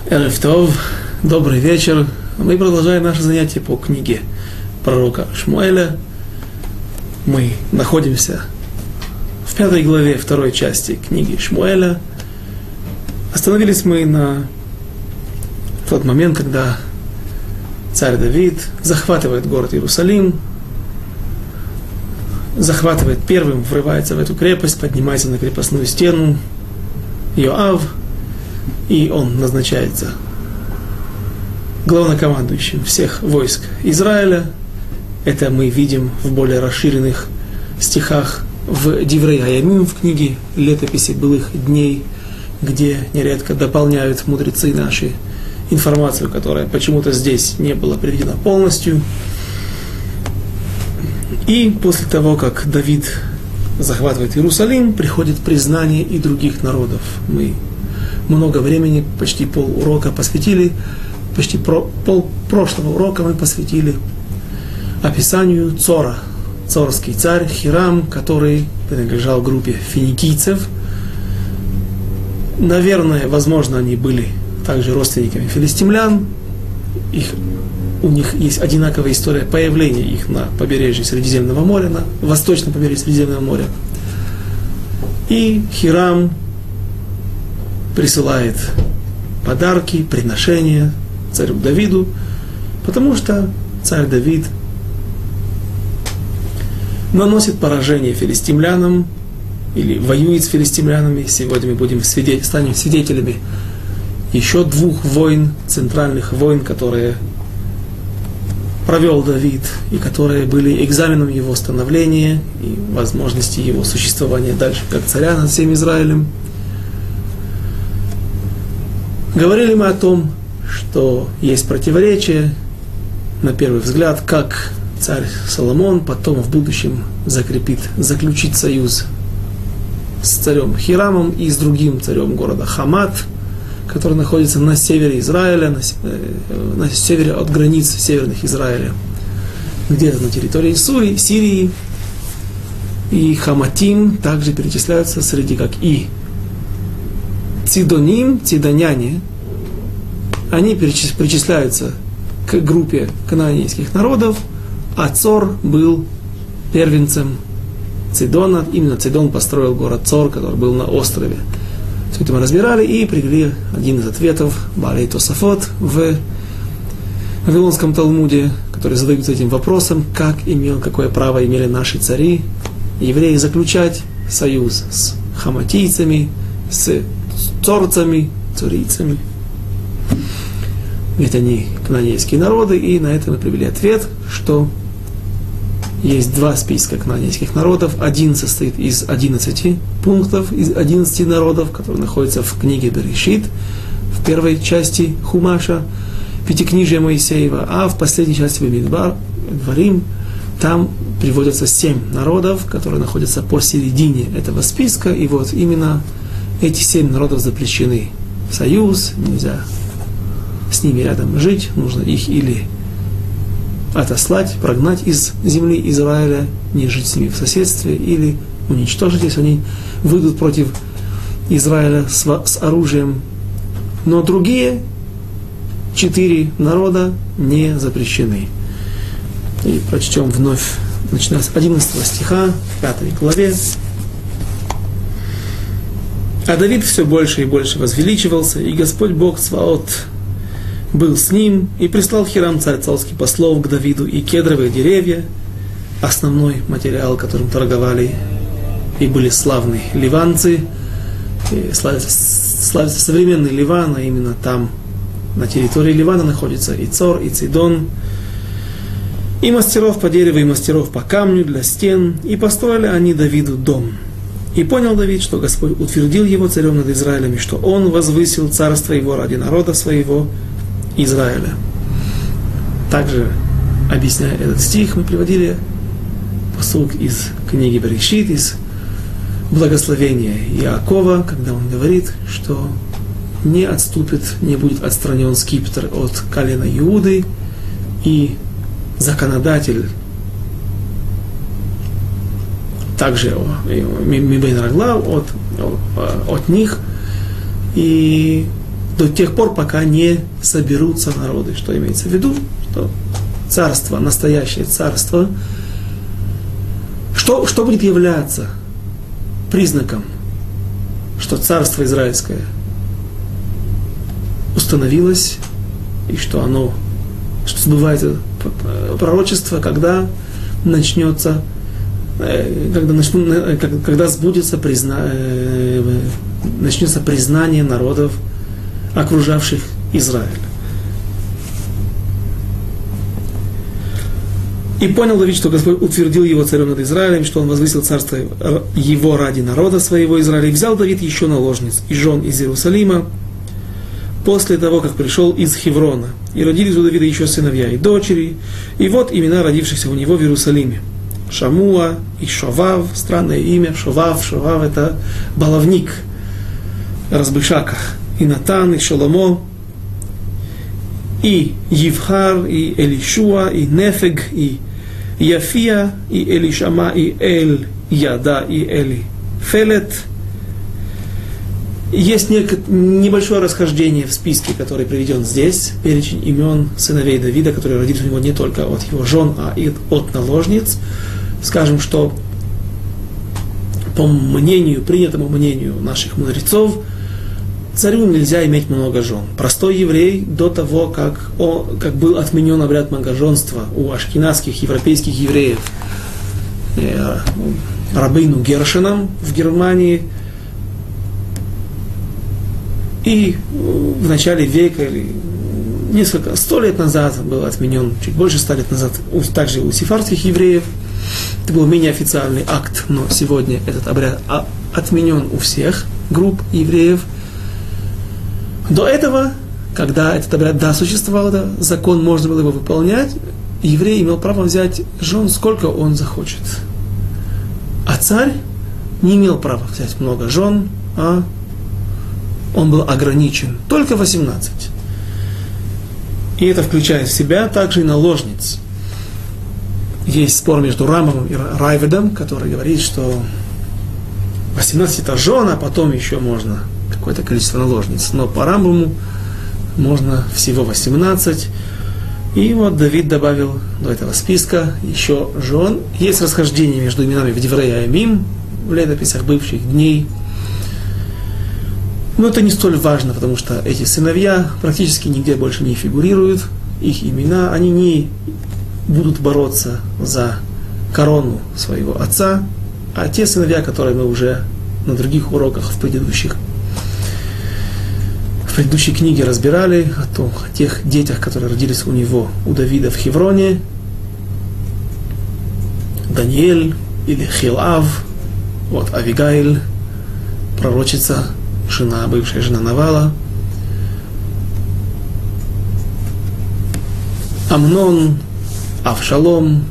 Эрев Тов, добрый вечер. Мы продолжаем наше занятие по книге пророка Шмуэля. Мы находимся в 5 главе 2 части книги Шмуэля. Остановились мы на тот момент, когда царь Давид захватывает город Иерусалим, захватывает первым, врывается в эту крепость, поднимается на крепостную стену Йоав, и он назначается главнокомандующим всех войск Израиля. Это мы видим в более расширенных стихах в Диврей Хаямим, в книге «Летописи былых дней», где нередко дополняют мудрецы наши информацию, которая почему-то здесь не была приведена полностью. И после того, как Давид захватывает Иерусалим, приходит признание и других народов. Мы много времени, почти полурока посвятили, почти пол прошлого урока мы посвятили описанию Цора, цорский царь Хирам, который принадлежал группе финикийцев. Наверное, возможно, они были также родственниками филистимлян. У них есть одинаковая история появления их на побережье Средиземного моря, на восточном побережье Средиземного моря. И Хирам присылает подарки, приношения царю Давиду, потому что царь Давид наносит поражение филистимлянам или воюет с филистимлянами. Сегодня мы станем свидетелями еще 2 войн, центральных войн, которые провел Давид, и которые были экзаменом его становления и возможности его существования дальше как царя над всем Израилем. Говорили мы о том, что есть противоречие, на первый взгляд, как царь Соломон потом в будущем заключит союз с царем Хирамом и с другим царем города Хамат, который находится на севере Израиля, на севере от границ северных Израиля, где-то на территории Сирии. И Хаматим также перечисляются среди как и цидоняне, они причисляются к группе кананейских народов, а Цор был первенцем Цидона. Именно Цидон построил город Цор, который был на острове. Все это мы разбирали и привели один из ответов Баалей Тосафот в Вавилонском Талмуде, который задается этим вопросом, какое право имели наши цари, евреи, заключать союз с хаматийцами, с цорцами, цурийцами. Ведь они кананейские народы, и на это мы привели ответ, что есть 2 списка кананейских народов. Один состоит из 11 пунктов, из 11 народов, которые находятся в книге Берешит, в первой части Хумаша, Пятикнижия Моисеева, а в последней части Бамидбар, Дворим, там приводятся 7 народов, которые находятся посередине этого списка, и вот именно эти 7 народов запрещены в союз, нельзя с ними рядом жить, нужно их или отослать, прогнать из земли Израиля, не жить с ними в соседстве, или уничтожить, если они выйдут против Израиля с оружием. Но другие 4 народа не запрещены. И прочтем вновь, начиная с 11 стиха, 5 главе. А Давид все больше и больше возвеличивался, и Господь Бог Цваот был с ним, и прислал Хирам царь царских послов к Давиду и кедровые деревья, основной материал, которым торговали и были славны ливанцы, и славится современный Ливан, а именно там, на территории Ливана, находится и Цор, и Цидон, и мастеров по дереву, и мастеров по камню для стен, и построили они Давиду дом. И понял Давид, что Господь утвердил его царем над Израилем, и что он возвысил царство его ради народа своего Израиля. Также, объясняя этот стих, мы приводили пасук из книги Берешит, из благословения Иакова, когда он говорит, что не отступит, не будет отстранен скипетр от колена Иуды, и законодатель также Мибейн Раглав от них, и до тех пор, пока не соберутся народы. Что имеется в виду? Что царство, настоящее царство, что будет являться признаком, что царство израильское установилось, и что сбывается пророчество, когда начнется, когда сбудется начнется признание народов, окружавших Израиль. И понял Давид, что Господь утвердил его царем над Израилем, что он возвысил царство его ради народа своего Израиля. И взял Давид еще наложниц и жен из Иерусалима, после того, как пришел из Хеврона. И родились у Давида еще сыновья и дочери. И вот имена родившихся у него в Иерусалиме. Шамуа и Шовав, странное имя, Шовав это баловник, разбышака. И Натан, и Шоломо, и Евхар, и Элишуа, и Нефег, и Яфия, и Элишама, и Эль-Яда, и Эль-Фелет. Есть небольшое расхождение в списке, который приведен здесь, перечень имен сыновей Давида, которые родились у него не только от его жен, а и от наложниц. Скажем, что по принятому мнению наших мудрецов, царю нельзя иметь много жен. Простой еврей до того, как был отменен обряд многоженства у ашкеназских европейских евреев Рабейну Гершеном в Германии, и в начале века, или 100 лет назад был отменен, чуть больше 100 лет назад, также у сефардских евреев. Это был менее официальный акт, но сегодня этот обряд отменен у всех групп евреев. До этого, когда этот обряд существовал, закон, можно было его выполнять, еврей имел право взять жен сколько он захочет. А царь не имел права взять много жен, а он был ограничен только 18. И это включает в себя также и наложниц. Есть спор между Рамбамом и Райведом, который говорит, что 18 это жен, а потом еще можно какое-то количество наложниц. Но по Рамбаму можно всего 18. И вот Давид добавил до этого списка еще жен. Есть расхождение между именами в Деврей Аямим, в летописях бывших дней. Но это не столь важно, потому что эти сыновья практически нигде больше не фигурируют. Их имена, они не будут бороться за корону своего отца, а те сыновья, которые мы уже на других уроках в предыдущей книге разбирали, о тех детях, которые родились у него, у Давида в Хевроне, Даниэль или Хилав, вот Авигаиль, пророчица, бывшая жена Навала, Амнон, Авшалом,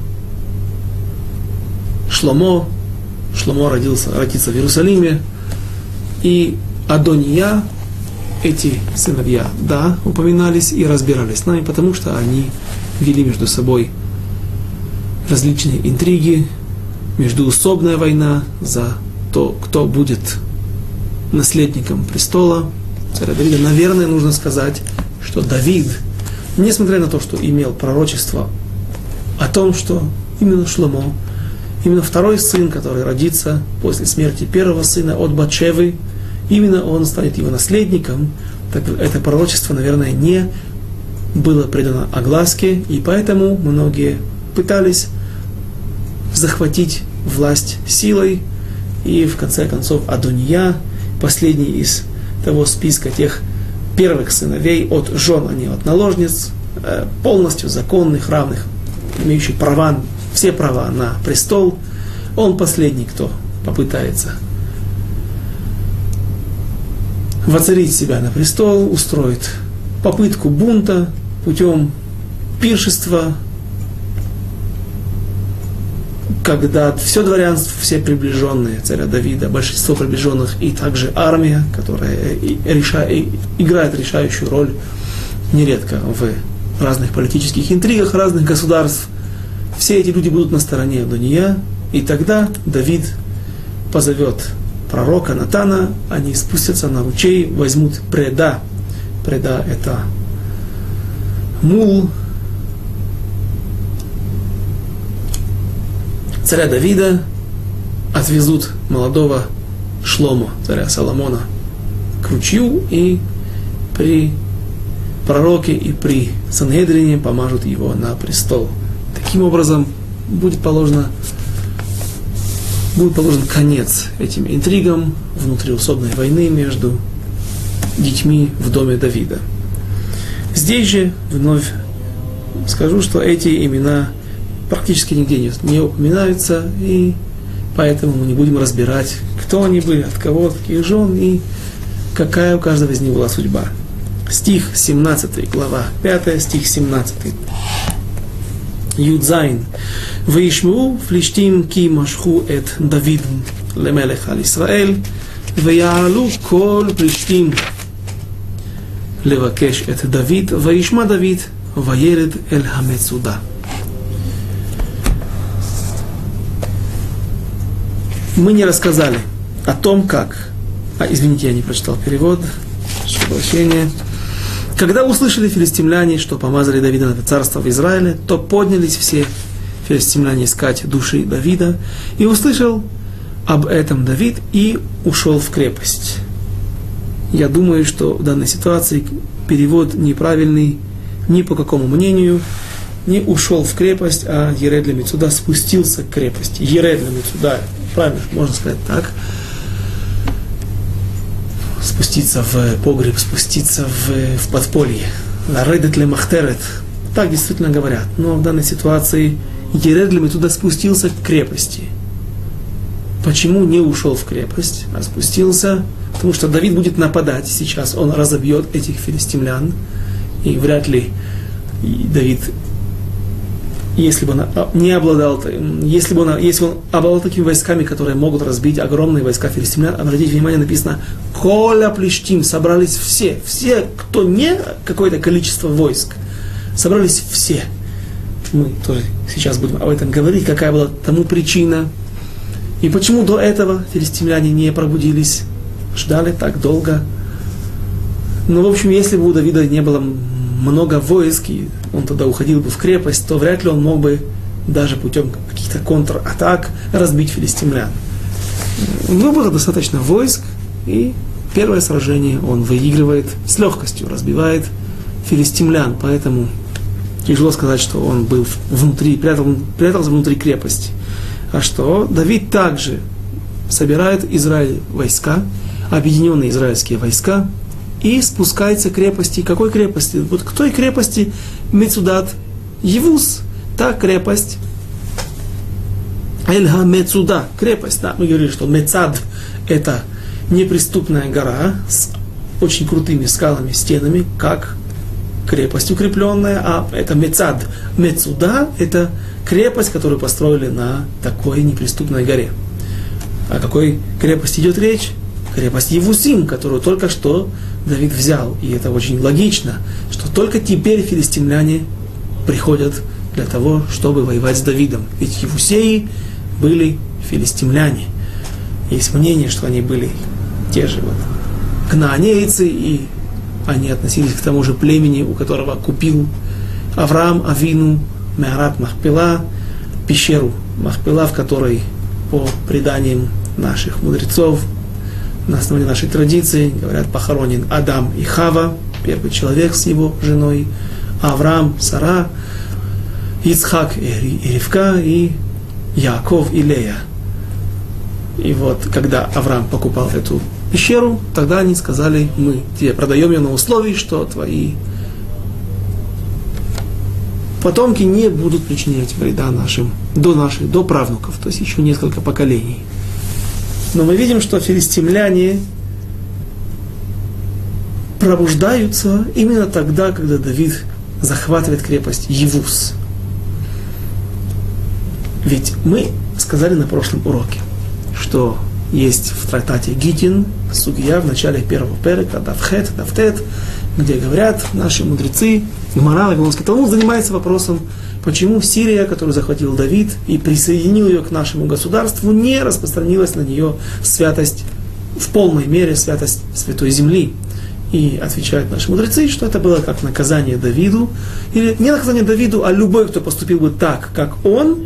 Шломо родится в Иерусалиме, и Адония. Эти сыновья, упоминались и разбирались с нами, потому что они вели между собой различные интриги, междуусобная война за то, кто будет наследником престола царя Давида. Наверное, нужно сказать, что Давид, несмотря на то, что имел пророчество о том, что именно Шломо, именно второй сын, который родится после смерти первого сына от Батшевы, именно он станет его наследником, так это пророчество, наверное, не было предано огласке, и поэтому многие пытались захватить власть силой, и в конце концов Адония, последний из того списка тех первых сыновей от жен, а не от наложниц, полностью законных, равных, имеющих все права на престол, он последний, кто попытается воцарить себя на престол, устроит попытку бунта путем пиршества, когда все дворянство, все приближенные царя Давида, большинство приближенных и также армия, которая играет решающую роль нередко в разных политических интригах разных государств, все эти люди будут на стороне Адония, и тогда Давид позовет пророка Натана, они спустятся на ручей, возьмут преда преда это мул царя Давида, отвезут молодого Шломо, царя Соломона, к ручью, и при пророке и при Сангедрине помажут его на престол. Таким образом, будет положен конец этим интригам внутриусобной войны между детьми в доме Давида. Здесь же вновь скажу, что эти имена практически нигде не упоминаются, и поэтому мы не будем разбирать, кто они были, от кого, от каких жен, и какая у каждого из них была судьба. Стих 17, глава 5, стих 17. Юдзайн. «Ваишму флиштим ки машху эт Давид лемелех ал Исраэль, ваяалу кол флиштим левакеш эт Давид, ваишма Давид, ваеред эль хамецуда». Мы не рассказали о том, как... извините, я не прочитал перевод. Прошу прощения. Когда услышали филистимляне, что помазали Давида на царство в Израиле, то поднялись все филистимляне искать души Давида, и услышал об этом Давид и ушел в крепость. Я думаю, что в данной ситуации перевод неправильный ни по какому мнению. Не ушел в крепость, а Еред лемецуда спустился к крепости. Еред лемецуда, правильно, можно сказать так. Спуститься в погреб, спуститься в подполье. Ларедет лемахтерет. Так действительно говорят. Но в данной ситуации Еред лемецуда спустился к крепости. Почему не ушел в крепость, а спустился? Потому что Давид будет нападать сейчас. Он разобьет этих филистимлян. И вряд ли Давид, если бы он не обладал, если он обладал такими войсками, которые могут разбить огромные войска филистимлян, обратите внимание, написано «Коля плештим», собрались все, кто не какое-то количество войск, собрались все. Мы тоже сейчас будем об этом говорить, какая была тому причина, и почему до этого филистимляне не пробудились, ждали так долго. Но, в общем, если бы у Давида не было много войск, и он тогда уходил бы в крепость, то вряд ли он мог бы даже путем каких-то контратак разбить филистимлян. У него было достаточно войск, и первое сражение он выигрывает с легкостью, разбивает филистимлян, поэтому тяжело сказать, что он был внутри, прятался внутри крепости. А что? Давид также собирает Израиль войска, объединенные израильские войска, и спускается к крепости. Какой крепости? Вот к той крепости Мецудат Евус. Та крепость Эльха Мецуда. Крепость, да, мы говорили, что Мецад это неприступная гора с очень крутыми скалами, стенами, как крепость укрепленная, а это Мецад. Мецуда это крепость, которую построили на такой неприступной горе. О какой крепости идет речь? Крепость Евусим, которую только что Давид взял. И это очень логично, что только теперь филистимляне приходят для того, чтобы воевать с Давидом. Ведь Евусеи были филистимляне. Есть мнение, что они были те же вот кнаанейцы, и они относились к тому же племени, у которого купил Авраам Авину Меарат Махпела, пещеру Махпела, в которой, по преданиям наших мудрецов, на основе нашей традиции, говорят, похоронен Адам и Хава, первый человек с его женой, Авраам, Сара, Ицхак и Ривка, и Яаков и Лея. И вот, когда Авраам покупал эту пещеру, тогда они сказали: мы тебе продаем ее на условии, что твои потомки не будут причинять вреда до правнуков, то есть еще несколько поколений. Но мы видим, что филистимляне пробуждаются именно тогда, когда Давид захватывает крепость Евус. Ведь мы сказали на прошлом уроке, что есть в трактате Гитин, Сугия, в начале первого перека, Давтет, где говорят наши мудрецы, Гмара, Вавилонский Талмуд занимается вопросом, почему Сирия, которую захватил Давид и присоединил ее к нашему государству, не распространилась на нее святость, в полной мере святость Святой Земли. И отвечают наши мудрецы, что это было как наказание Давиду, или не наказание Давиду, а любой, кто поступил бы так, как он,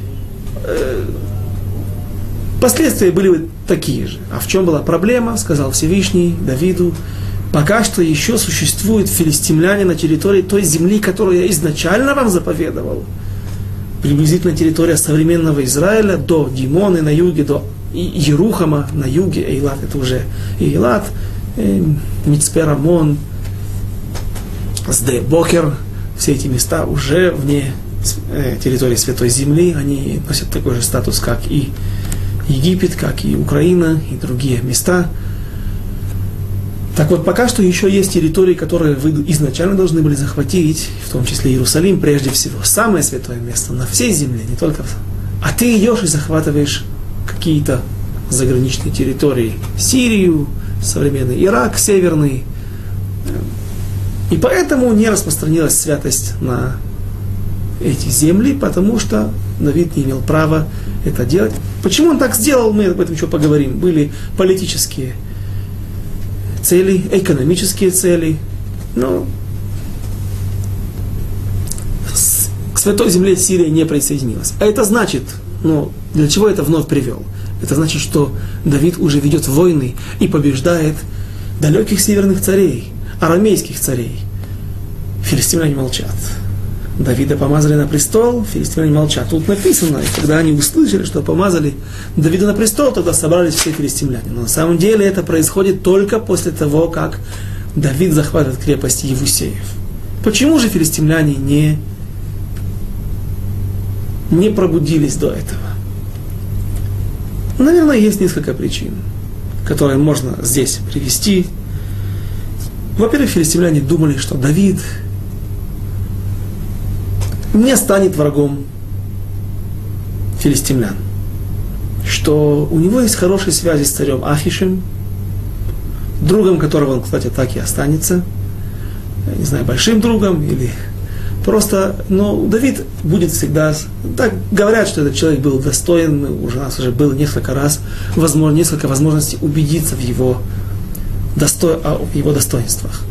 последствия были бы такие же. А в чем была проблема, сказал Всевышний Давиду: пока что еще существуют филистимляне на территории той земли, которую я изначально вам заповедовал. Приблизительно территория современного Израиля до Димоны на юге, до Ерухама на юге, Эйлат это уже Эйлат, Мицпе Рамон, Сде Бокер, все эти места уже вне территории Святой Земли, они носят такой же статус, как и Египет, как и Украина и другие места. Так вот, пока что еще есть территории, которые вы изначально должны были захватить, в том числе Иерусалим, прежде всего, самое святое место на всей земле, не только. А ты идешь и захватываешь какие-то заграничные территории, Сирию, современный Ирак, северный. И поэтому не распространилась святость на эти земли, потому что Давид не имел права это делать. Почему он так сделал, мы об этом еще поговорим. Были политические цели, экономические цели, но к Святой Земле Сирия не присоединилась. А это значит, для чего это вновь привел? Это значит, что Давид уже ведет войны и побеждает далеких северных царей, арамейских царей. Филистимляне молчат. Давида помазали на престол, филистимляне молчат. Тут написано, и когда они услышали, что помазали Давида на престол, тогда собрались все филистимляне. Но на самом деле это происходит только после того, как Давид захватывает крепость Евусеев. Почему же филистимляне не пробудились до этого? Наверное, есть несколько причин, которые можно здесь привести. Во-первых, филистимляне думали, что Давид не станет врагом филистимлян, что у него есть хорошие связи с царем Ахишем, другом которого он, кстати, так и останется, я не знаю, большим другом или просто, но Давид будет всегда, так говорят, что этот человек был достоин, у нас уже было несколько возможностей убедиться в его достоинствах.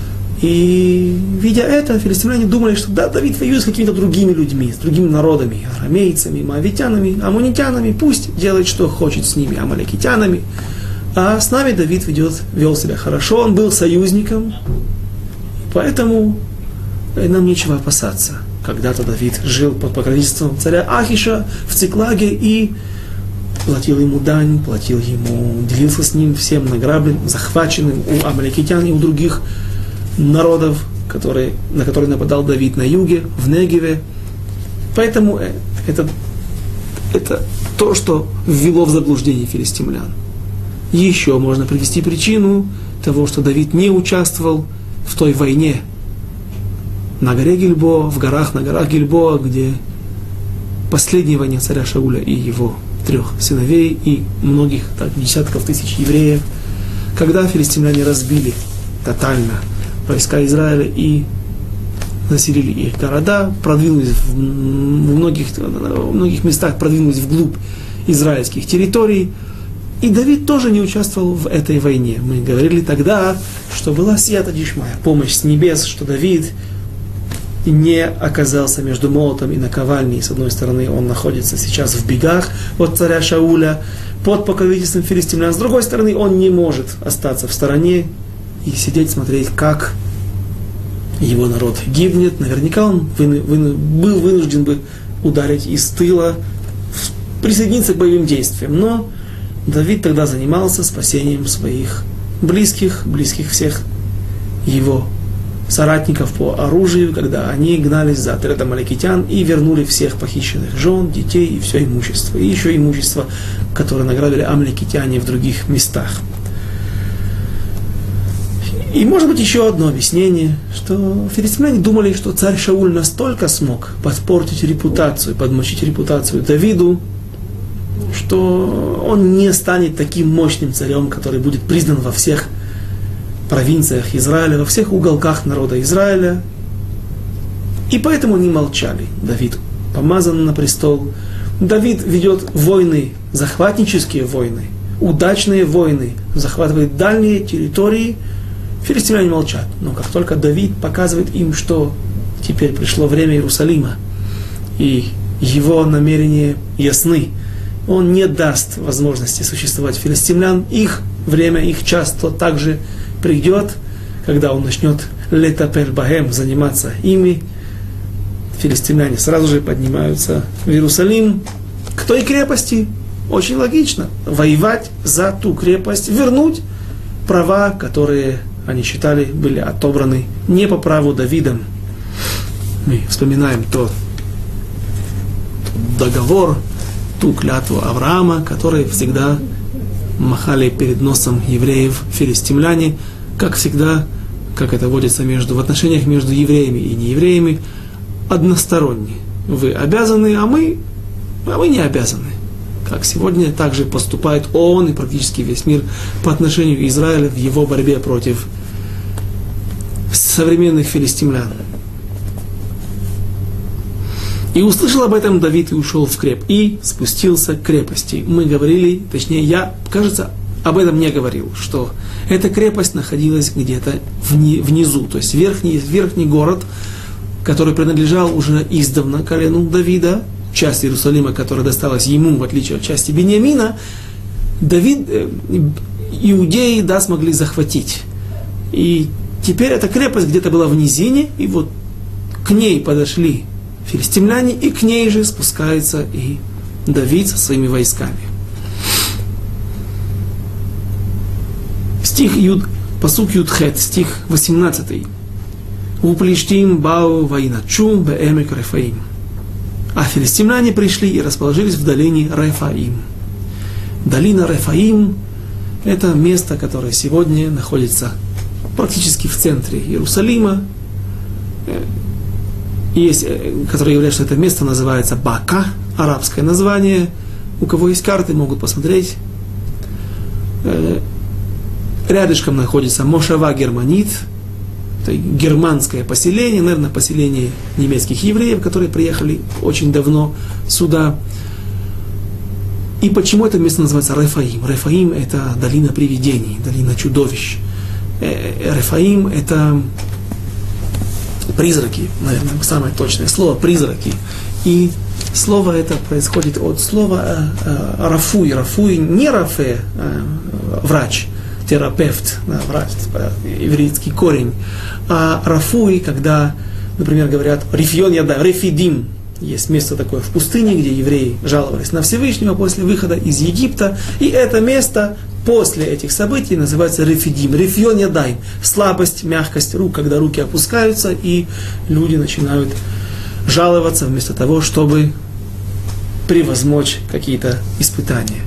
И, видя это, филистимляне думали, что да, Давид воюет с какими-то другими людьми, с другими народами, арамейцами, моавитянами, аммонитянами, пусть делает, что хочет с ними, амалекитянами. А с нами Давид вел себя хорошо, он был союзником, поэтому нам нечего опасаться. Когда-то Давид жил под покровительством царя Ахиша в Циклаге и платил ему дань, делился с ним всем награбленным, захваченным у амалекитян и у других народов, на которые нападал Давид на юге, в Негеве. Поэтому это то, что ввело в заблуждение филистимлян. Еще можно привести причину того, что Давид не участвовал в той войне на горе Гильбоа, на горах Гильбоа, где последней войне царя Шауля и его 3 сыновей и многих десятков тысяч евреев, когда филистимляне разбили тотально войска Израиля и заселили их города, продвинулись в многих местах продвинулись вглубь израильских территорий. И Давид тоже не участвовал в этой войне. Мы говорили тогда, что была сията дишмая, помощь с небес, что Давид не оказался между молотом и наковальней. С одной стороны, он находится сейчас в бегах от царя Шауля, под покровительством филистимлян. С другой стороны, он не может остаться в стороне и сидеть, смотреть, как его народ гибнет. Наверняка он был вынужден бы ударить из тыла, присоединиться к боевым действиям. Но Давид тогда занимался спасением своих близких всех его соратников по оружию, когда они гнались за отрядом амалекитян и вернули всех похищенных жен, детей и все имущество. И еще имущество, которое награбили амалекитяне в других местах. И может быть еще одно объяснение, что филистимляне думали, что царь Шауль настолько смог подмочить репутацию Давиду, что он не станет таким мощным царем, который будет признан во всех провинциях Израиля, во всех уголках народа Израиля. И поэтому они молчали. Давид помазан на престол. Давид ведет войны, захватнические войны, удачные войны, захватывает дальние территории. Филистимляне молчат. Но как только Давид показывает им, что теперь пришло время Иерусалима, и его намерения ясны, он не даст возможности существовать филистимлян, их время, их час, то также придет, когда он начнет летапель бахем, заниматься ими. Филистимляне сразу же поднимаются в Иерусалим к той крепости. Очень логично. Воевать за ту крепость, вернуть права, которые они считали были отобраны не по праву Давидом. Мы вспоминаем тот договор, ту клятву Авраама, который всегда махали перед носом евреев филистимляне, как всегда, как это водится в отношениях между евреями и неевреями, односторонне. Вы обязаны, а мы не обязаны. Как сегодня также поступает ООН и практически весь мир по отношению к Израилю в его борьбе против современных филистимлян. И услышал об этом Давид и ушел в креп, и спустился к крепости. Мы говорили, точнее, я, кажется, об этом не говорил, что эта крепость находилась где-то внизу, то есть верхний город, который принадлежал уже издавна колену Давида, часть Иерусалима, которая досталась ему, в отличие от части Биньямина, иудеи, смогли захватить. И теперь эта крепость где-то была в низине, и вот к ней подошли филистимляне, и к ней же спускается и Давид со своими войсками. Пасук Юдхет, стих 18. «Уплиштим бау вайначу беэмек Рефаим». А филистимляне пришли и расположились в долине Рефаим. Долина Рефаим – это место, которое сегодня находится практически в центре Иерусалима. Есть, которые говорят, что это место называется Бака, арабское название. У кого есть карты, могут посмотреть. Рядышком находится Мошава Германит, это германское поселение, наверное, поселение немецких евреев, которые приехали очень давно сюда. И почему это место называется Рефаим? Рефаим – это долина привидений, долина чудовищ. Рефаим – это призраки, наверное, самое точное слово, призраки. И слово это происходит от слова рафуй. Рафуй не рафе, врач, терапевт, врач, еврейский корень. А рафуй, когда, например, говорят рифьон яда, рефидим. Есть место такое в пустыне, где евреи жаловались на Всевышнего после выхода из Египта. И это место после этих событий называется рефидим. Рифьон ядай. Слабость, мягкость рук, когда руки опускаются, и люди начинают жаловаться вместо того, чтобы превозмочь какие-то испытания.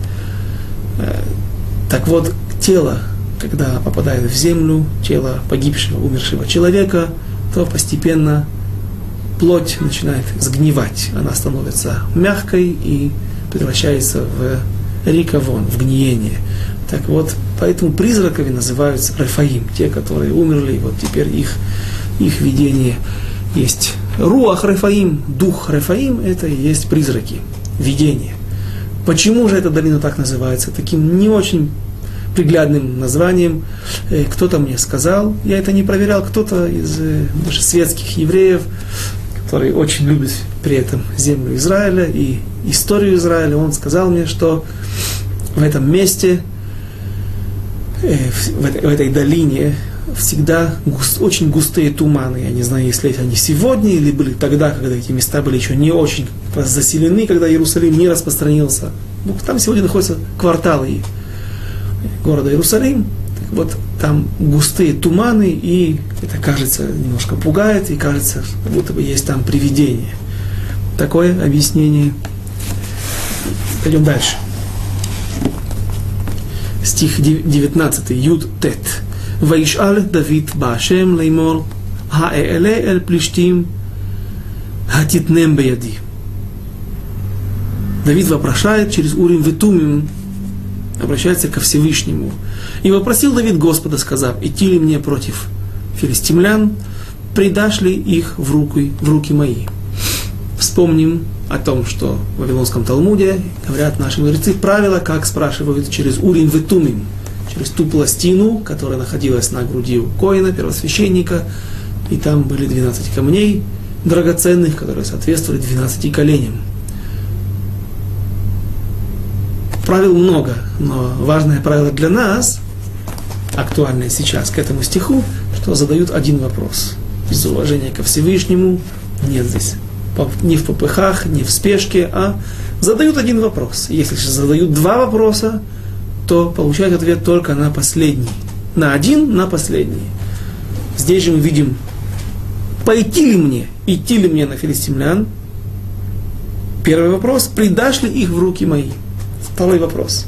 Так вот, тело, когда попадает в землю, тело погибшего, умершего человека, то постепенно плоть начинает сгнивать. Она становится мягкой и превращается в рикавон, в гниение. Так вот, поэтому призраками называются Рефаим, те, которые умерли, и вот теперь их видение есть. Руах Рефаим, дух Рефаим, это и есть призраки, видение. Почему же эта долина так называется? Таким не очень приглядным названием. Кто-то мне сказал, я это не проверял, кто-то из даже светских евреев, который очень любит при этом землю Израиля и историю Израиля, он сказал мне, что в этом месте, в этой долине всегда очень густые туманы. Я не знаю, если они сегодня или были тогда, когда эти места были еще не очень заселены, когда Иерусалим не распространился. Ну, там сегодня находятся кварталы города Иерусалим. Так вот, там густые туманы, и это, кажется, немножко пугает, и кажется, будто бы есть там привидение. Такое объяснение. Пойдем дальше. Стих 19, Юд Тет. «Ваишаль Давид баашем леймор, хаэле эль плиштим, хатитнем беяди». Давид вопрошает через Урим Ветумим, обращается ко Всевышнему. «И вопросил Давид Господа, сказав, идти ли мне против филистимлян, предашь ли их в руки мои». Вспомним о том, что в Вавилонском Талмуде говорят наши мудрецы правила, как спрашивают через Урим Ветумим, через ту пластину, которая находилась на груди у коэна, первосвященника, и там были 12 камней драгоценных, которые соответствовали 12 коленям. Правил много, но важное правило для нас, актуальное сейчас к этому стиху, что задают один вопрос. Из уважения ко Всевышнему, нет здесь ни в попыхах, ни в спешке, а задают один вопрос. Если же задают два вопроса, то получают ответ только на последний. На один, на последний. Здесь же мы видим, идти ли мне на филистимлян? Первый вопрос, предашь ли их в руки мои? Второй вопрос.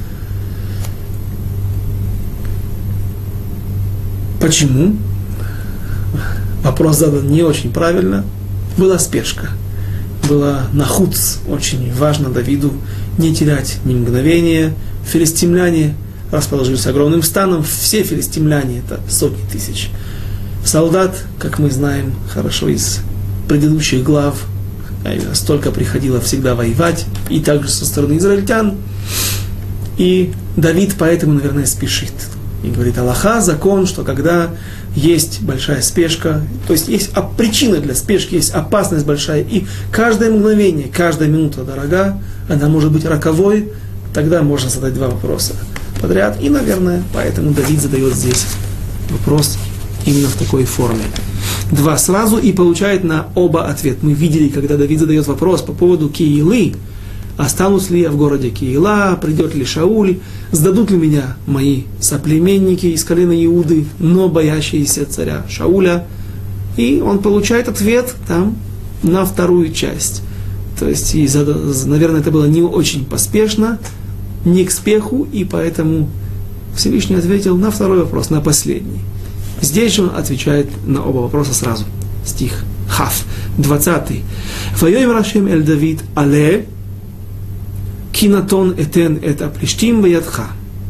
Почему? Вопрос задан не очень правильно. Была спешка. Была нахуц. Очень важно Давиду не терять ни мгновения. Филистимляне расположились огромным станом. Все филистимляне, это сотни тысяч солдат, как мы знаем хорошо из предыдущих глав. Столько приходило всегда воевать, и также со стороны израильтян. И Давид поэтому, наверное, спешит. И говорит: Аллаха, закон, что когда есть большая спешка, то есть есть причина для спешки, есть опасность большая, и каждое мгновение, каждая минута дорога, она может быть роковой, тогда можно задать два вопроса подряд. И, наверное, поэтому Давид задает здесь вопрос именно в такой форме. Два сразу и получает на оба ответ. Мы видели, когда Давид задает вопрос по поводу Кеилы, останусь ли я в городе Кеила, придет ли Шауль, сдадут ли меня мои соплеменники из колена Иуды, но боящиеся царя Шауля. И он получает ответ там на вторую часть. То есть, наверное, это было не очень поспешно, не к спеху, и поэтому Всевышний ответил на второй вопрос, на последний. Здесь же он отвечает на оба вопроса сразу. Стих Хав, 20. «Вайоим Рашем эль Давид але кинатон этен эт аплештим ваядха».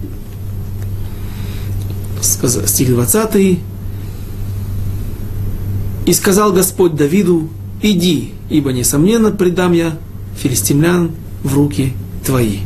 Стих 20. «И сказал Господь Давиду: иди, ибо, несомненно, предам я филистимлян в руки твои».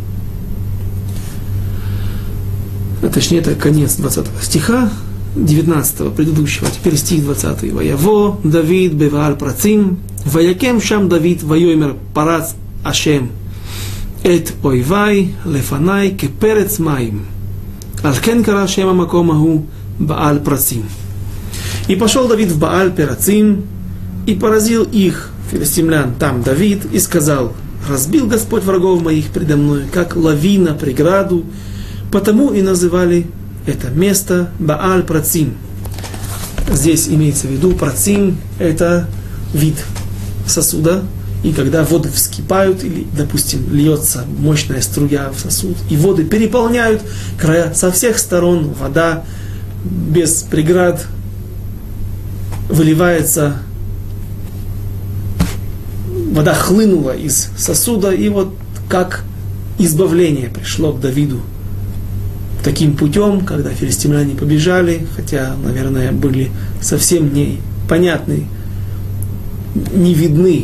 Точнее, это конец 20 стиха, 19 предыдущего, теперь стих 20. «Ваяво Давид бевааль працим, ваякем шам Давид вайомер парац Ашем, эт ойвай лефанай кеперец маим, алкен кара шем амаком аху бааль працим». И пошел Давид в Бааль Перацим и поразил их, филистимлян, там Давид, и сказал: разбил Господь врагов моих предо мной, как лавина преграду, потому и называли это место Бааль Працим. Здесь имеется в виду Працим, это вид сосуда, и когда воды вскипают, или, допустим, льется мощная струя в сосуд, и воды переполняют края со всех сторон, вода без преград выливается, вода хлынула из сосуда, и вот как избавление пришло к Давиду таким путем, когда филистимляне побежали, хотя, наверное, были совсем непонятны, не видны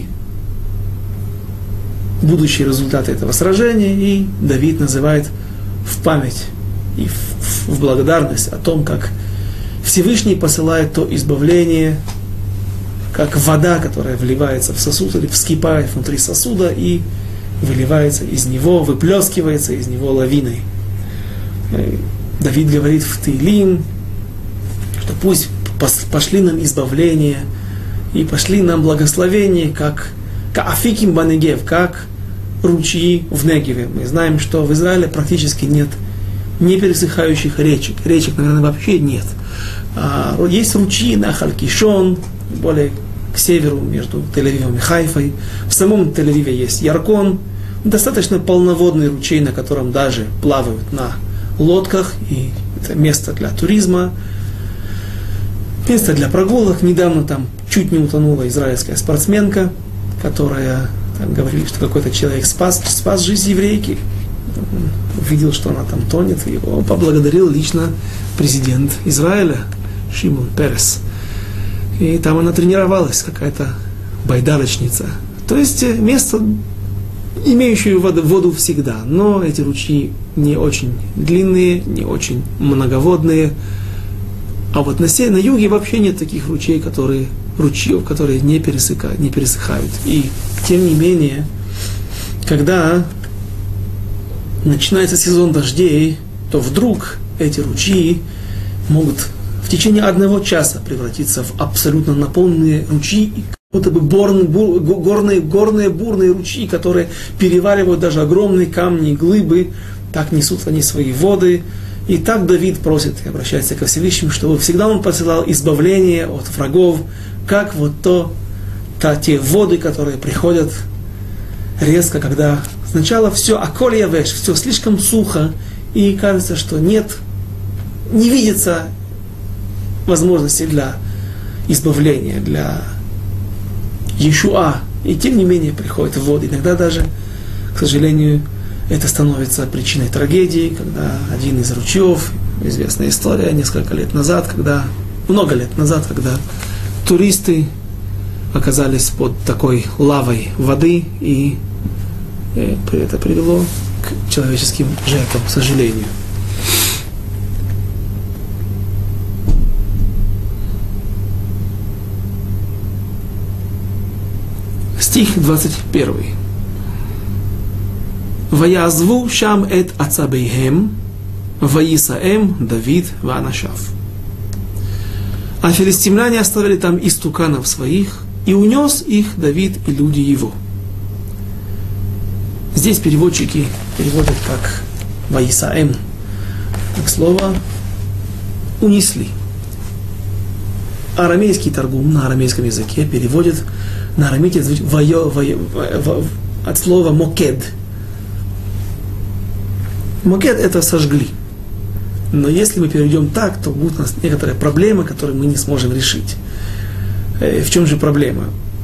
будущие результаты этого сражения, и Давид называет в память и в благодарность о том, как Всевышний посылает то избавление, как вода, которая вливается в сосуд или вскипает внутри сосуда и выливается из него, выплескивается из него лавиной. Давид говорит в Теилим, что пусть пошли нам избавление и пошли нам благословение, как Афиким Банегев, как ручьи в Негеве. Мы знаем, что в Израиле практически нет не пересыхающих речек. Речек, наверное, вообще нет. Есть ручьи на Халь-Кишон, более к северу, между Тель-Авивом и Хайфой. В самом Тель-Авиве есть Яркон, достаточно полноводный ручей, на котором даже плавают на лодках, и это место для туризма, место для прогулок. Недавно там чуть не утонула израильская спортсменка, которая, там говорили, что какой-то человек спас жизнь еврейки. Увидел, что она там тонет, и его поблагодарил лично президент Израиля Шимон Перес. И там она тренировалась, какая-то байдарочница. То есть место имеющие воду всегда, но эти ручьи не очень длинные, не очень многоводные. А вот на юге вообще нет таких ручьев, которые не пересыхают. И тем не менее, когда начинается сезон дождей, то вдруг эти ручьи могут в течение 1 часа превратиться в абсолютно наполненные ручьи, как будто бы горные бурные ручьи, которые переваривают даже огромные камни и глыбы. Так несут они свои воды. И так Давид просит и обращается ко Всевышнему, чтобы всегда он посылал избавление от врагов, как вот те воды, которые приходят резко, когда сначала все аколь явеш, все слишком сухо, и кажется, что не видится возможности для избавления, для Иешуа. И тем не менее приходят воды. Иногда даже, к сожалению, это становится причиной трагедии, когда один из ручьев, известная история, много лет назад, когда туристы оказались под такой лавой воды, и это привело к человеческим жертвам, к сожалению. Стих 21. «Ваязву шам эт ацабейхем, ваисаэм Давид ванашав». А филистимляне оставили там истуканов своих, и унес их Давид и люди его. Здесь переводчики переводят как «ваисаэм», как слово «унесли». Арамейский таргум на арамейском языке переводит на арамейке от слова «мокед». Мокед – это «сожгли». Но если мы перейдем так, то будут у нас некоторые проблемы, которые мы не сможем решить. В чем же проблема?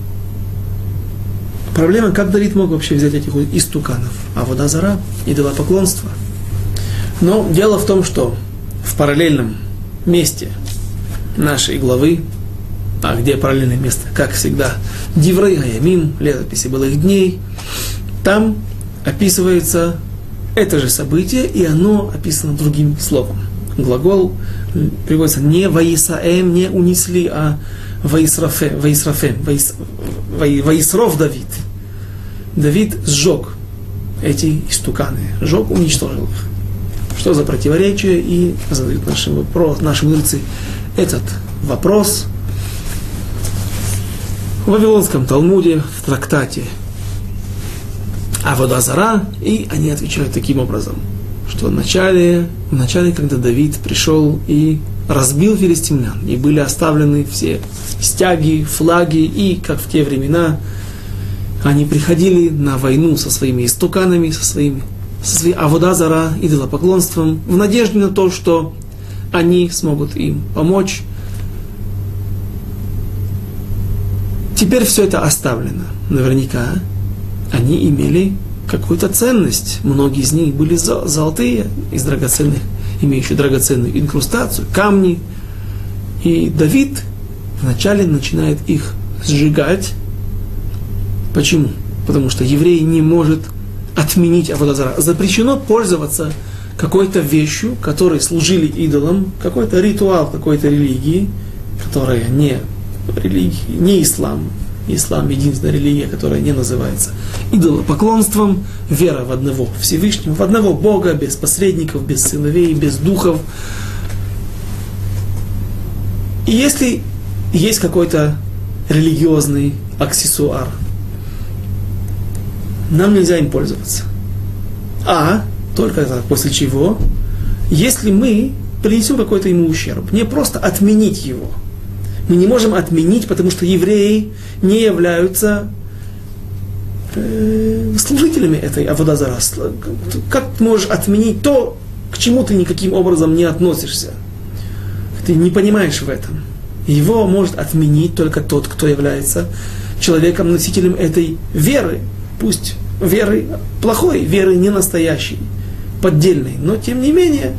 Проблема, как Давид мог вообще взять этих истуканов? А вода зара, идолопоклонство. Но дело в том, что в параллельном месте нашей главы, а где параллельное место, как всегда, Диврей Хаямим, летописи былых дней, там описывается это же событие, и оно описано другим словом. Глагол приводится не «ваисаэм», не «унесли», а «ваисрафем», «ваисров Давид». Давид сжег эти истуканы, сжег, уничтожил их. Что за противоречие? И задают наши мудрецы этот вопрос в Вавилонском Талмуде, в трактате «Авода зара», и они отвечают таким образом, что в начале, когда Давид пришел и разбил филистимлян, и были оставлены все стяги, флаги, и, как в те времена, они приходили на войну со своими истуканами, со своей авода зара, идолопоклонством, в надежде на то, что они смогут им помочь. Теперь все это оставлено. Наверняка они имели какую-то ценность. Многие из них были золотые, из драгоценных, имеющие драгоценную инкрустацию, камни. И Давид вначале начинает их сжигать. Почему? Потому что еврей не может отменить авода зара. Запрещено пользоваться какой-то вещью, которой служили идолам, какой-то ритуал, какой-то религии, которая не ислам. Ислам — единственная религия, которая не называется идолопоклонством, вера в одного Всевышнего, в одного Бога, без посредников, без сыновей, без духов. И если есть какой-то религиозный аксессуар, нам нельзя им пользоваться. Только после чего, если мы принесем какой-то ему ущерб, не просто отменить его. Мы не можем отменить, потому что евреи не являются служителями этой авода зара. Как ты можешь отменить то, к чему ты никаким образом не относишься? Ты не понимаешь в этом. Его может отменить только тот, кто является человеком, носителем этой веры. Пусть веры плохой, веры не настоящей, поддельной, но тем не менее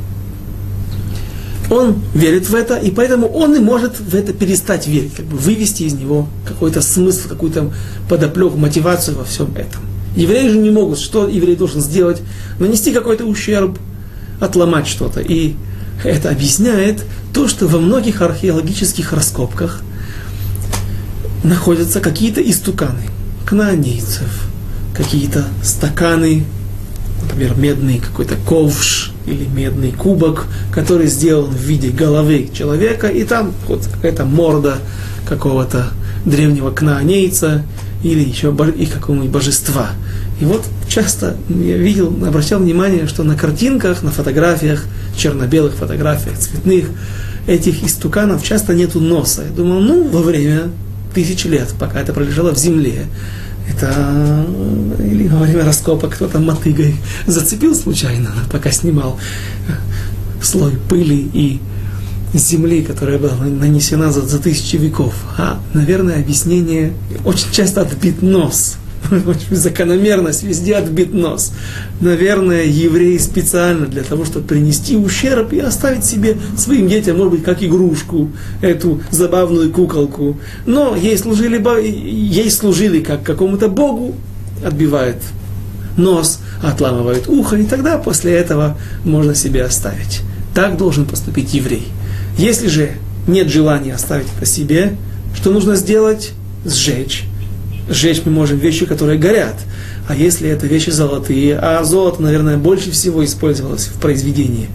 он верит в это, и поэтому он и может в это перестать верить, вывести из него какой-то смысл, какую-то подоплеку, мотивацию во всем этом. Евреи же не могут. Что еврей должен сделать? Нанести какой-то ущерб, отломать что-то. И это объясняет то, что во многих археологических раскопках находятся какие-то истуканы кнаанейцев, какие-то стаканы, например, медный какой-то ковш или медный кубок, который сделан в виде головы человека, и там вот какая-то морда какого-то древнего кнаанейца или еще и какого-нибудь божества. И вот часто я видел, обращал внимание, что на картинках, на фотографиях, черно-белых фотографиях, цветных, этих истуканов часто нету носа. Я думал, во время 1000 лет, пока это пролежало в земле, это или во время раскопок кто-то мотыгой зацепил случайно, пока снимал слой пыли и земли, которая была нанесена за 1000 веков. Наверное, объяснение очень часто отбит нос. Закономерность, везде отбит нос. Наверное, евреи специально для того, чтобы принести ущерб и оставить себе, своим детям, может быть, как игрушку, эту забавную куколку. Но ей служили как какому-то богу, отбивает нос, отламывает ухо, и тогда после этого можно себе оставить. Так должен поступить еврей. Если же нет желания оставить это себе, что нужно сделать? Сжечь. Сжечь мы можем вещи, которые горят. А если это вещи золотые, а золото, наверное, больше всего использовалось в произведении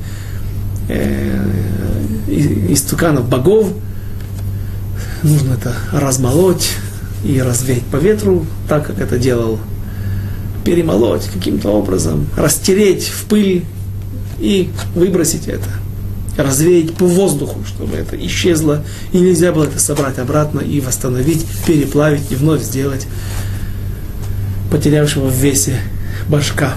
истуканов богов, нужно это размолоть и развеять по ветру, так как это делал, перемолоть каким-то образом, растереть в пыль и выбросить это. Развеять по воздуху, чтобы это исчезло, и нельзя было это собрать обратно и восстановить, переплавить и вновь сделать потерявшего в весе башка.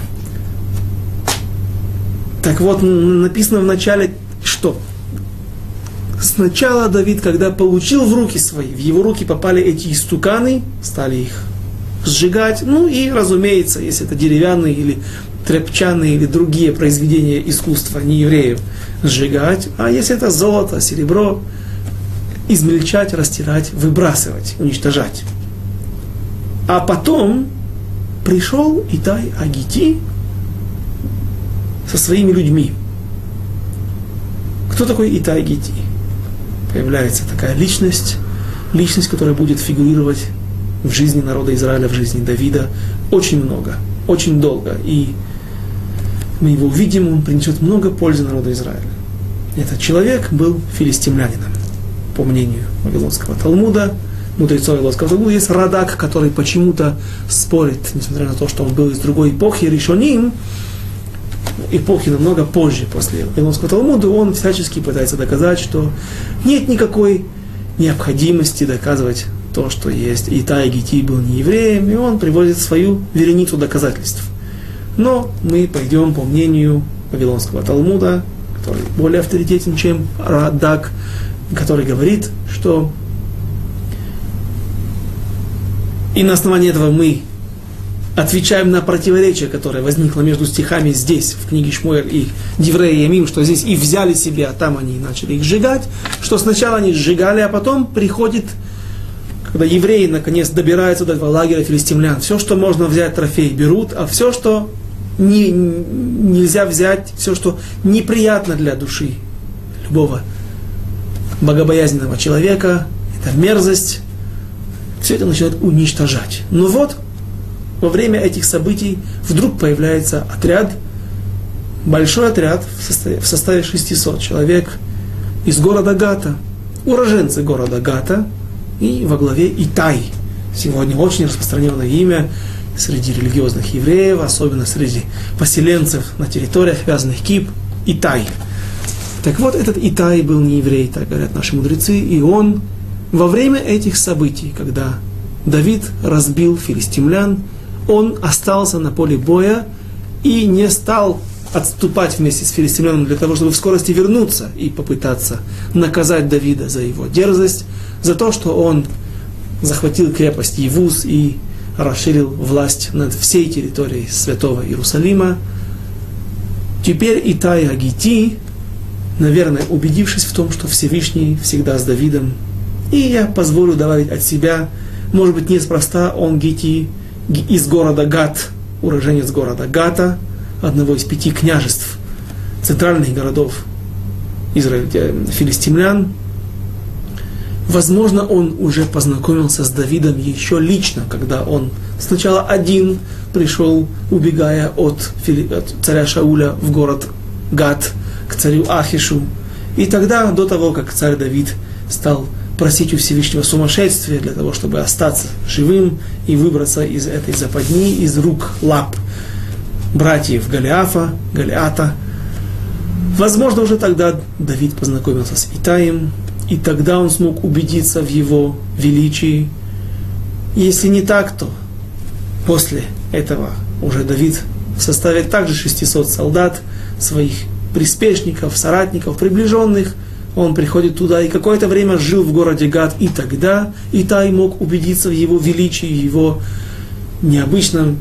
Так вот, написано в начале, что сначала Давид, когда получил в руки свои, в его руки попали эти истуканы, стали их сжигать, и, разумеется, если это деревянные или тряпчаные или другие произведения искусства неевреев, сжигать, а если это золото, серебро, измельчать, растирать, выбрасывать, уничтожать. А потом пришел Итай Агити со своими людьми. Кто такой Итай Агити? Появляется такая личность, которая будет фигурировать в жизни народа Израиля, в жизни Давида очень много, очень долго. И мы его увидим, он принесет много пользы народу Израиля. Этот человек был филистимлянином. По мнению Вавилонского Талмуда, мудрецов Вавилонского Талмуда, есть Радак, который почему-то спорит, несмотря на то, что он был из другой эпохи, Ришоним, эпохи намного позже, после Вавилонского Талмуда, он всячески пытается доказать, что нет никакой необходимости доказывать то, что есть. Итай Агити был не евреем, и он приводит свою вереницу доказательств. Но мы пойдем по мнению Вавилонского Талмуда, который более авторитетен, чем Радак, который говорит, что и на основании этого мы отвечаем на противоречие, которое возникло между стихами здесь, в книге Шмуэль и Диврей Ямим, что здесь и взяли себе, а там они начали их сжигать, что сначала они сжигали, а потом приходит, когда евреи наконец добираются до этого лагеря филистимлян, все, что можно взять, трофей берут, а все, что нельзя взять, все, что неприятно для души любого богобоязненного человека, это мерзость, все это начинают уничтожать. Но вот, во время этих событий вдруг появляется отряд, большой отряд в составе 600 человек из города Гата, уроженцы города Гата, и во главе Итай. Сегодня очень распространенное имя среди религиозных евреев, особенно среди поселенцев на территориях вязаных кип, Итай. Так вот, этот Итай был не еврей, так говорят наши мудрецы, и он во время этих событий, когда Давид разбил филистимлян, он остался на поле боя и не стал отступать вместе с филистимляном для того, чтобы в скорости вернуться и попытаться наказать Давида за его дерзость, за то, что он захватил крепость Евус и расширил власть над всей территорией святого Иерусалима. Теперь Итай Агити, наверное, убедившись в том, что Всевышний всегда с Давидом, и я позволю добавить от себя, может быть, неспроста он Гити из города Гат, уроженец города Гата, одного из 5 княжеств, центральных городов филистимлян. Возможно, он уже познакомился с Давидом еще лично, когда он сначала один пришел, убегая от царя Шауля в город Гат, к царю Ахишу. И тогда, до того, как царь Давид стал просить у Всевышнего сумасшествия для того, чтобы остаться живым и выбраться из этой западни, из рук лап братьев Голиата. Возможно, уже тогда Давид познакомился с Итаем, и тогда он смог убедиться в его величии. Если не так, то после этого уже Давид в составе также 600 солдат, своих приспешников, соратников, приближенных, он приходит туда и какое-то время жил в городе Гат, и тогда Итай мог убедиться в его величии, его необычном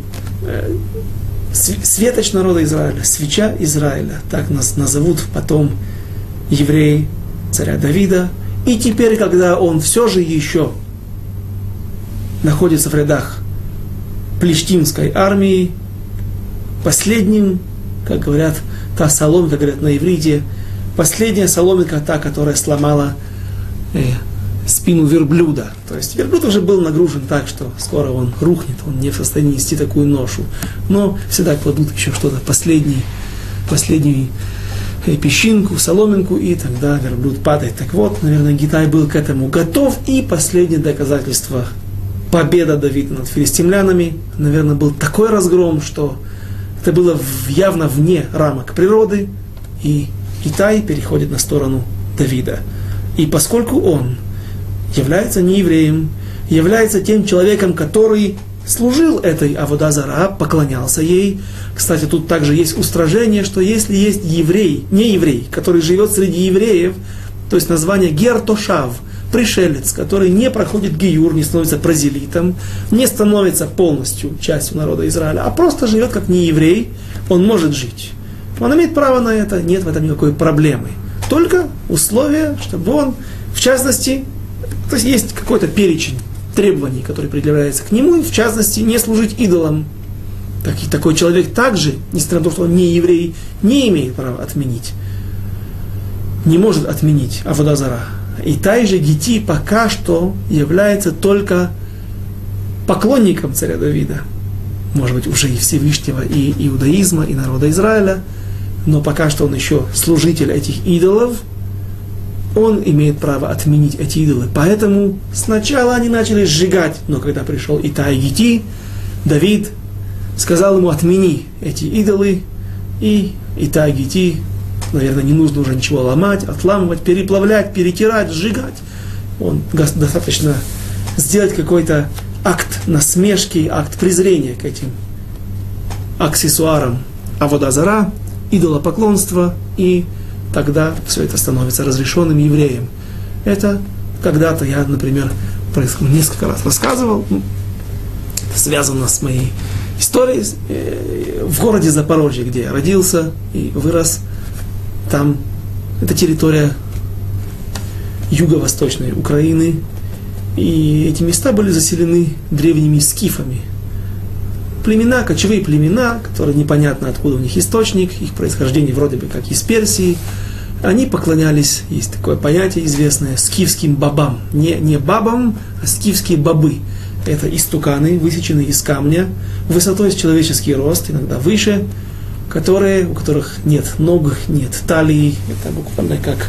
светоч народа Израиля, свеча Израиля, так нас назовут потом евреи царя Давида. И теперь, когда он все же еще находится в рядах плештимской армии, последним, как говорят, та соломинка, говорят на иврите, последняя соломинка, та, которая сломала спину верблюда. То есть верблюд уже был нагружен так, что скоро он рухнет, он не в состоянии нести такую ношу. Но всегда кладут еще что-то, последнюю песчинку, соломинку, и тогда верблюд падает. Так вот, наверное, Гитай был к этому готов, и последнее доказательство победа Давида над филистимлянами, наверное, был такой разгром, что это было явно вне рамок природы, и Итай переходит на сторону Давида. И поскольку он является неевреем, является тем человеком, который служил этой авода зара, поклонялся ей. Кстати, тут также есть устражение, что если есть еврей, не еврей, который живет среди евреев, то есть название гер-тошав, пришелец, который не проходит гиюр, не становится прозелитом, не становится полностью частью народа Израиля, а просто живет как нееврей, он может жить. Он имеет право на это, нет в этом никакой проблемы. Только условие, чтобы он, в частности, то есть какой-то перечень требований, который предъявляется к нему, и в частности, не служить идолам. Такой человек также, несмотря на то, что он не еврей, не имеет права отменить. Не может отменить авода зара. Итай же Гити пока что является только поклонником царя Давида. Может быть, уже и Всевышнего, и иудаизма, и народа Израиля. Но пока что он еще служитель этих идолов. Он имеет право отменить эти идолы. Поэтому сначала они начали сжигать. Но когда пришел Итай Гити, Давид сказал ему: отмени эти идолы. И Итай Гити, наверное, не нужно уже ничего ломать, отламывать, переплавлять, перетирать, сжигать. Он достаточно сделать какой-то акт насмешки, акт презрения к этим аксессуарам авода зара, идолопоклонства, и тогда все это становится разрешенным евреем. Это когда-то я, например, несколько раз рассказывал, это связано с моей историей, в городе Запорожье, где я родился и вырос. Там это территория юго-восточной Украины, и эти места были заселены древними скифами. Племена, кочевые племена, которые непонятно откуда у них источник, их происхождение вроде бы как из Персии, они поклонялись, есть такое понятие известное, скифским бабам. Не бабам, а скифские бабы. Это истуканы, высеченные из камня, высотой с человеческий рост, иногда выше, у которых нет ног, нет талии, это буквально как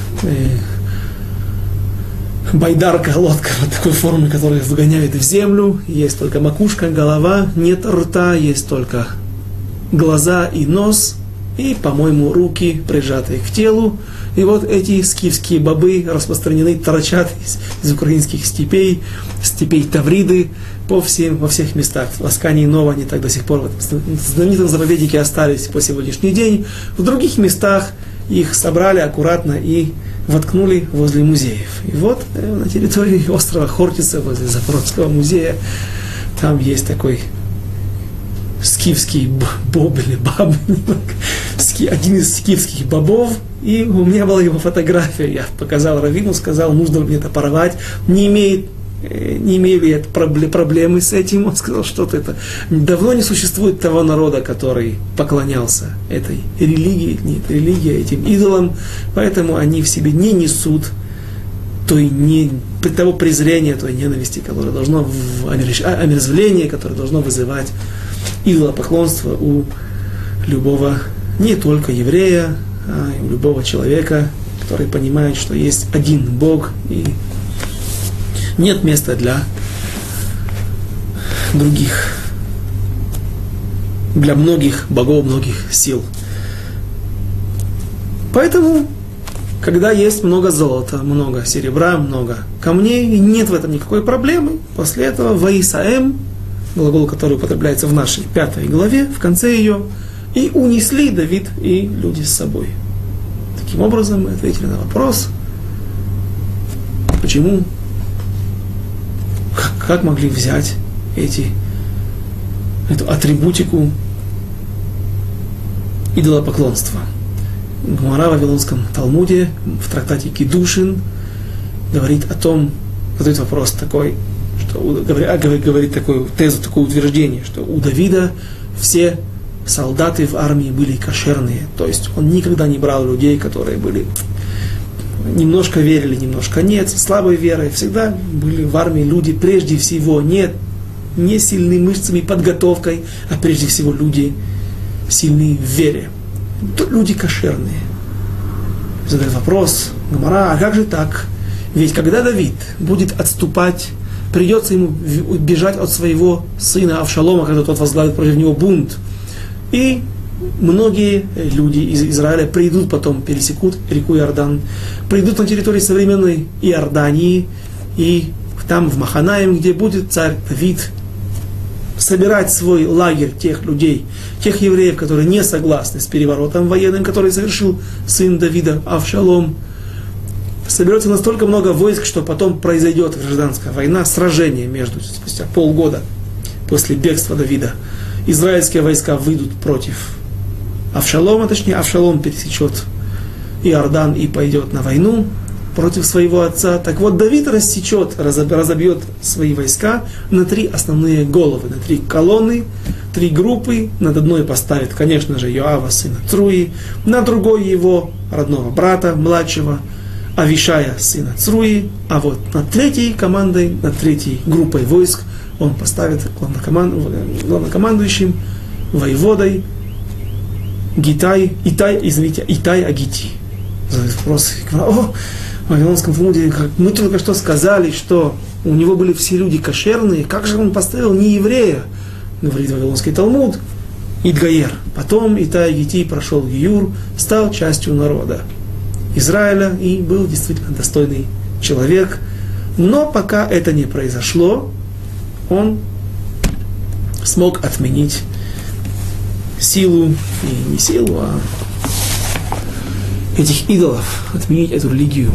байдарка, лодка вот такой формы, которая вгоняет в землю. Есть только макушка, голова, нет рта, есть только глаза и нос, и, по-моему, руки, прижатые к телу. И вот эти скифские бобы распространены, торчат из украинских степей Тавриды во всех местах. В Аскане и Нова они так до сих пор в знаменитом заповеднике остались по сегодняшний день. В других местах их собрали аккуратно и воткнули возле музеев. И вот на территории острова Хортица, возле Запорожского музея, там есть такой скифский боб или баб, один из скифских бобов, и у меня была его фотография. Я показал раввину, сказал, нужно мне это порвать. Не имеет не имели проблемы с этим. Он сказал, что-то это давно не существует того народа, который поклонялся этой религии, нет, религия этим идолам, поэтому они в себе не несут того презрения, той ненависти, которое должно, омерзвление, которое должно вызывать идолопоклонство у любого, не только еврея, а и у любого человека, который понимает, что есть один Бог и нет места для других, для многих богов, многих сил. Поэтому, когда есть много золота, много серебра, много камней, нет в этом никакой проблемы. После этого «Ваисаэм», глагол, который употребляется в нашей 5 главе, в конце ее, и унесли Давид и люди с собой. Таким образом, мы ответили на вопрос, почему, как могли взять эту атрибутику идолопоклонства. Гемара в Вавилонском Талмуде в трактате Кидушин говорит о том, задает вопрос такой, что говорит такую тезу, такое утверждение, что у Давида все солдаты в армии были кошерные, то есть он никогда не брал людей, которые были немножко верили, немножко нет, слабой верой. Всегда были в армии люди, прежде всего, не сильны мышцами, подготовкой, а прежде всего люди сильные в вере. Люди кошерные. Задает вопрос Гемара, а как же так? Ведь когда Давид будет отступать, придется ему бежать от своего сына Авшалома, когда тот возглавит против него бунт. И многие люди из Израиля придут потом, пересекут реку Иордан, придут на территорию современной Иордании, и там в Маханаим, где будет царь Давид собирать свой лагерь тех людей, тех евреев, которые не согласны с переворотом военным, который совершил сын Давида Авшалом. Соберется настолько много войск, что потом произойдет гражданская война, сражение между, спустя полгода после бегства Давида. Израильские войска выйдут против Авшалома, точнее Авшалом пересечет Иордан и пойдет на войну против своего отца. Так вот, Давид разобьет свои войска на 3 основные головы, на 3 колонны, 3 группы. Над одной поставит, конечно же, Йоава, сына Цруи, на другой его родного брата, младшего, Авишая, сына Цруи, а вот над 3 командой, над 3 группой войск он поставит главнокомандующим, воеводой Итай Агити. Задает вопрос, в Вавилонском Талмуде, мы только что сказали, что у него были все люди кошерные, как же он поставил не еврея, говорит Вавилонский Талмуд, Идгаер. Потом Итай Агити прошел гиюр, стал частью народа Израиля и был действительно достойный человек. Но пока это не произошло, он смог отменить силу, и не силу, а этих идолов, отменить эту религию.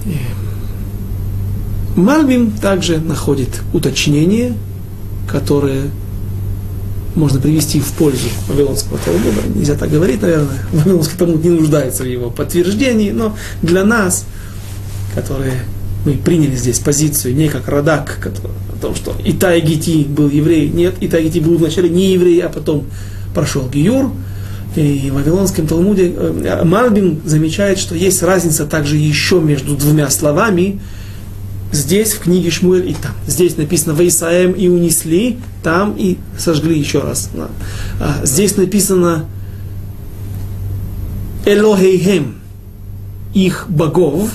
Мальбим также находит уточнение, которое можно привести в пользу Вавилонского Талмуда. Нельзя так говорить, наверное. Вавилонский Талмуд не нуждается в его подтверждении, но для нас, которые мы приняли здесь позицию не как Радак, о том, что Итай Агити был еврей. Нет, Итай Агити был вначале не еврей, а потом прошел гиюр. И в Вавилонском Талмуде Мальбим замечает, что есть разница также еще между 2 словами. Здесь, в книге Шмуэль, и там. Здесь написано «Ваисаэм» и «унесли», там и сожгли еще раз. Здесь написано «Элохейхем», их богов.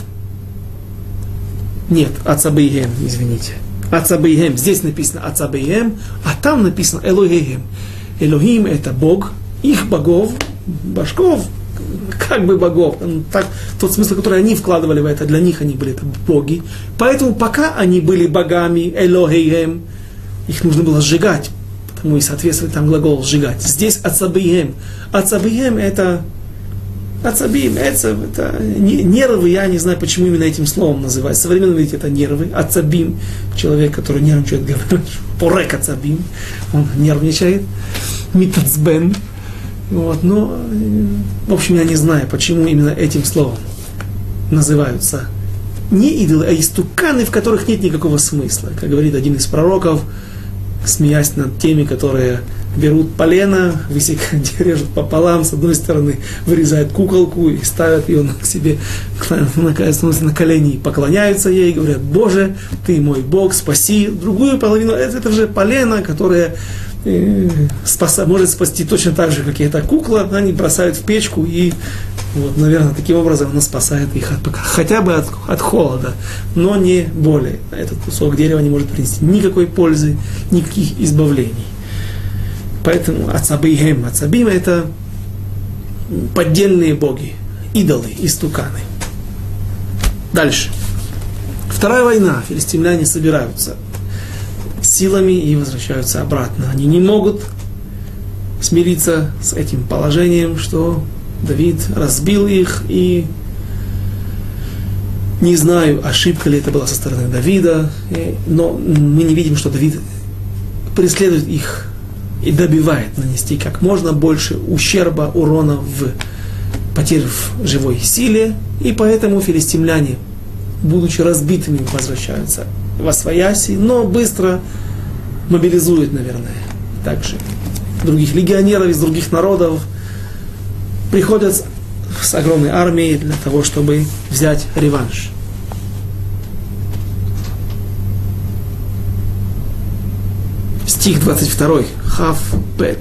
Нет, «Ацабейхем», извините. «Ацабейхем», здесь написано «Ацабейхем», а там написано «Элохейхем». Элохим – это Бог, их богов, башков, как бы богов, так, тот смысл, который они вкладывали в это, для них они были это боги. Поэтому пока они были богами, Элохейхем, их нужно было сжигать, потому и соответствует там глагол сжигать. Здесь Ацабейхем. Ацабейхем это Ацабим, это нервы, я не знаю, почему именно этим словом называют. Современно, видите, это нервы. Ацабим, человек, который нервничает, говорит, порек ацабим, он нервничает. Митацбен. Вот, но, в общем, я не знаю, почему именно этим словом называются не идолы, а истуканы, в которых нет никакого смысла. Как говорит один из пророков, смеясь над теми, которые берут полено, режут пополам, с одной стороны вырезают куколку и ставят ее к себе на колени и поклоняются ей, говорят: Боже, ты мой Бог, спаси. Другую половину, это же полено, которое может спасти точно так же, как и эта кукла, они бросают в печку, и вот, наверное, таким образом она спасает их хотя бы от холода, но не более. Этот кусок дерева не может принести никакой пользы, никаких избавлений. Поэтому ацабим это поддельные боги, идолы, истуканы. Дальше. Вторая война. Филистимляне собираются силами и возвращаются обратно. Они не могут смириться с этим положением, что Давид разбил их, и не знаю, ошибка ли это была со стороны Давида, но мы не видим, что Давид преследует их и добивает нанести как можно больше ущерба, урона в потерь в живой силе, и поэтому филистимляне, будучи разбитыми, возвращаются восвояси, но быстро мобилизуют, наверное, также других легионеров из других народов, приходят с огромной армией для того, чтобы взять реванш. Стих 22. Хав Бет.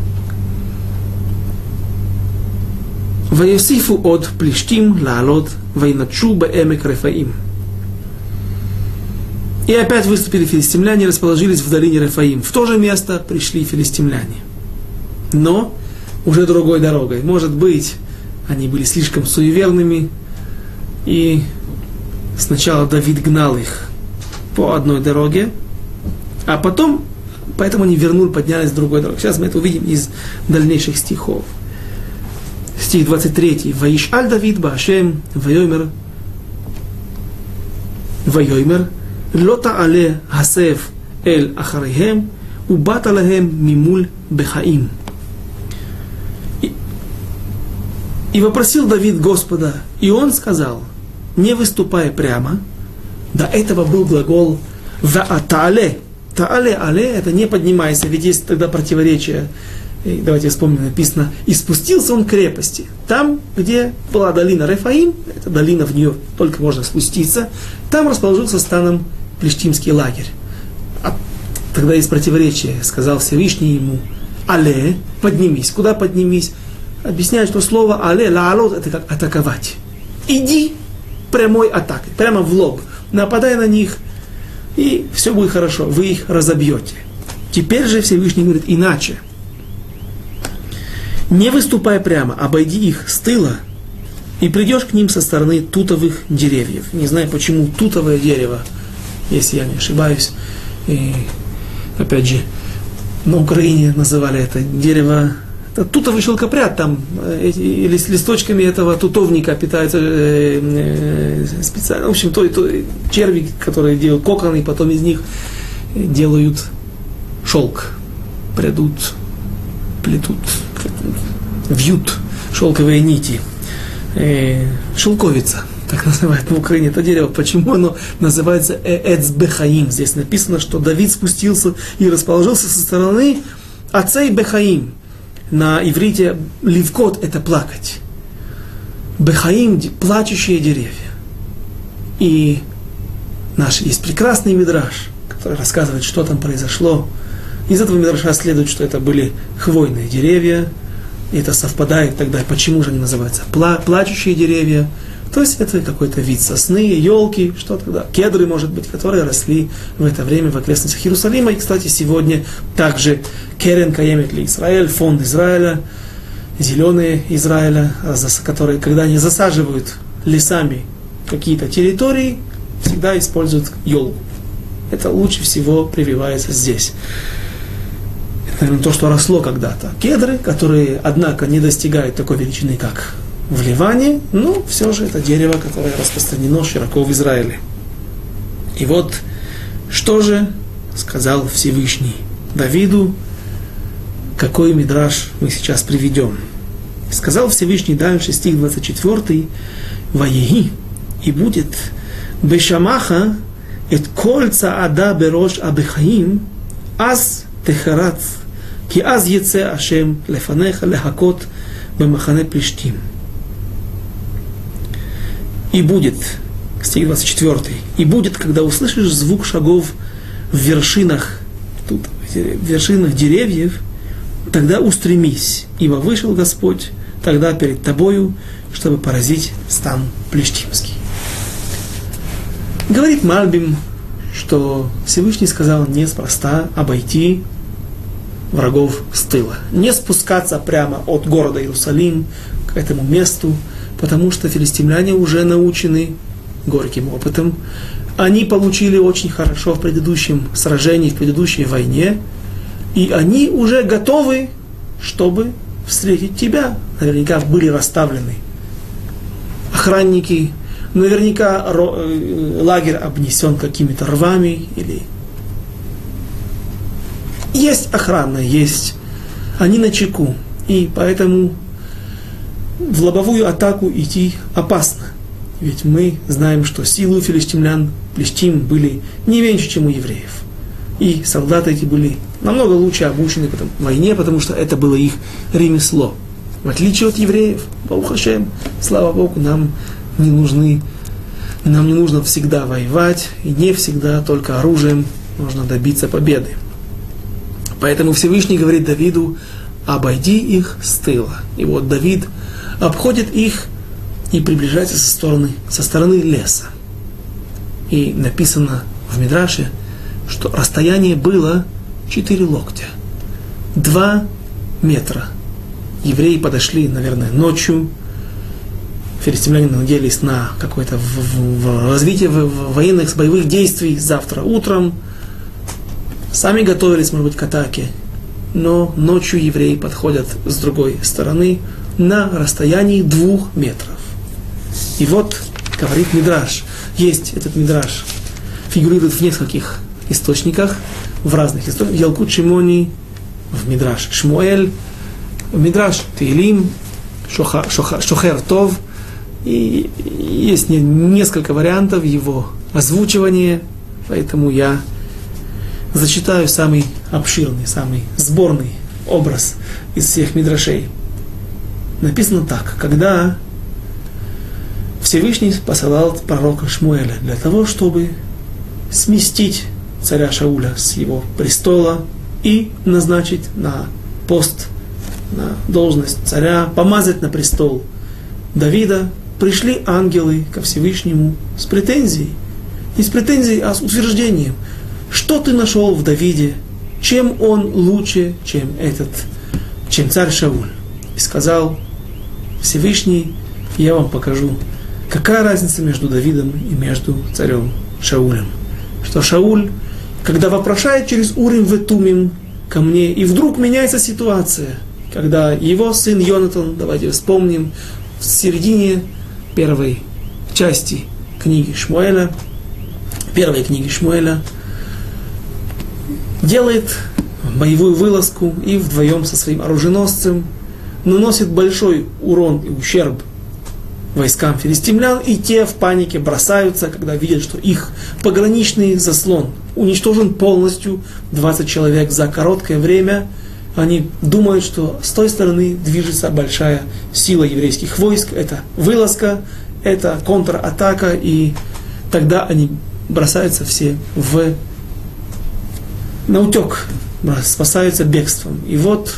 Ваёсифу от плештим лаалот вайначу беэмек Рефаим. И опять выступили филистимляне и расположились в долине Рефаим. В то же место пришли филистимляне. Но уже другой дорогой. Может быть, они были слишком суеверными, и сначала Давид гнал их по одной дороге, а потом, поэтому они поднялись с другой дороги. Сейчас мы это увидим из дальнейших стихов. Стих 23. Ваишаль Давид баашем вайомер лота але хасев эль ахарихем убата лахем мимуль бехаим. И вопросил Давид Господа, и он сказал, не выступая прямо. До этого был глагол «ваатаале». «Таале-але» — это «не поднимайся», ведь есть тогда противоречие. И давайте вспомним, написано «и спустился он к крепости». Там, где была долина Рефаим, это долина, в нее только можно спуститься, там расположился станом плештимский лагерь. А тогда есть противоречие. Сказал Всевышний ему: «Але, поднимись». Куда поднимись? Объясняет, что слово «але», «лаалот» — это как атаковать. Иди прямой атакой, прямо в лоб, нападай на них, и все будет хорошо, вы их разобьете. Теперь же Всевышний говорит иначе. Не выступай прямо, обойди их с тыла, и придешь к ним со стороны тутовых деревьев. Не знаю, почему тутовое дерево, если я не ошибаюсь. И, опять же, на Украине называли это дерево, это тутовый шелкопряд, там листочками этого тутовника питаются специально. В общем, то черви, которые делают коконы, и потом из них делают шелк, плетут, вьют шелковые нити. Шелковица, так называют на Украине это дерево. Почему оно называется Эцбехаим? Здесь написано, что Давид спустился и расположился со стороны Ацей Бехаим. На иврите ливкот — это плакать. Бехаим — плачущие деревья. И наш есть прекрасный мидраш, который рассказывает, что там произошло. Из этого мидраша следует, что это были хвойные деревья. И это совпадает тогда, почему же они называются плачущие деревья. То есть это какой-то вид сосны, елки, что тогда, кедры, может быть, которые росли в это время в окрестностях Иерусалима. И, кстати, сегодня также Керен Каемет ли Израиль, фонд Израиля, зеленые Израиля, которые, когда они засаживают лесами какие-то территории, всегда используют елку. Это лучше всего прививается здесь. Это, наверное, то, что росло когда-то. Кедры, которые, однако, не достигают такой величины, как в Ливане, но все же это дерево, которое распространено широко в Израиле. И вот, что же сказал Всевышний Давиду, какой мидраш мы сейчас приведем. Сказал Всевышний дальше, стих 24, «Ваеги, и будет Бешамаха эт кольца ада берош абихаим аз техарац ки аз яце Ашем лефанеха лехакот бемахане плештим. И будет, стих 24, и будет, когда услышишь звук шагов в вершинах, тут, в вершинах деревьев, тогда устремись, ибо вышел Господь тогда перед тобою, чтобы поразить стан плештимский. Говорит Мальбим, что Всевышний сказал неспроста обойти врагов с тыла, не спускаться прямо от города Иерусалим к этому месту, потому что филистимляне уже научены горьким опытом. Они получили очень хорошо в предыдущем сражении, в предыдущей войне, и они уже готовы, чтобы встретить тебя. Наверняка были расставлены охранники, наверняка лагерь обнесен какими-то рвами, или есть охрана, есть, они начеку, и поэтому в лобовую атаку идти опасно. Ведь мы знаем, что силы у филистимлян, плештим, были не меньше, чем у евреев. И солдаты эти были намного лучше обучены в войне, потому что это было их ремесло. В отличие от евреев, Барух Ашем, слава Богу, нам не нужно всегда воевать, и не всегда только оружием можно добиться победы. Поэтому Всевышний говорит Давиду: обойди их с тыла. И вот Давид обходит их и приближается со стороны леса. И написано в Мидраше, что расстояние было 4 локтя, 2 метра. Евреи подошли, наверное, ночью. Филистимляне надеялись на какое-то развитие военных боевых действий завтра утром. Сами готовились, может быть, к атаке. Но ночью евреи подходят с другой стороны на расстоянии 2 метров. И вот, говорит Мидраш, есть этот Мидраш, фигурирует в нескольких источниках, в разных источниках, Ялкут Шимони, в Мидраш Шмуэль, в Мидраш Теилим, Шохер Тов, и есть несколько вариантов его озвучивания, поэтому я зачитаю самый обширный, самый сборный образ из всех Мидрашей. Написано так: когда Всевышний посылал пророка Шмуэля для того, чтобы сместить царя Шауля с его престола и назначить на пост, на должность царя, помазать на престол Давида, пришли ангелы ко Всевышнему с претензией. Не с претензией, а с утверждением. Что ты нашел в Давиде? Чем он лучше, чем царь Шауль? И сказал Всевышний: я вам покажу, какая разница между Давидом и между царем Шаулем. Что Шауль, когда вопрошает через Урим ве Тумим ко мне, и вдруг меняется ситуация, когда его сын Йонатан, давайте вспомним, в середине первой части книги Шмуэля, первой книги Шмуэля, делает боевую вылазку и вдвоем со своим оруженосцем наносит большой урон и ущерб войскам филистимлян, и те в панике бросаются, когда видят, что их пограничный заслон уничтожен полностью, 20 человек за короткое время. Они думают, что с той стороны движется большая сила еврейских войск, это вылазка, это контратака, и тогда они бросаются все на утек, спасаются бегством. И вот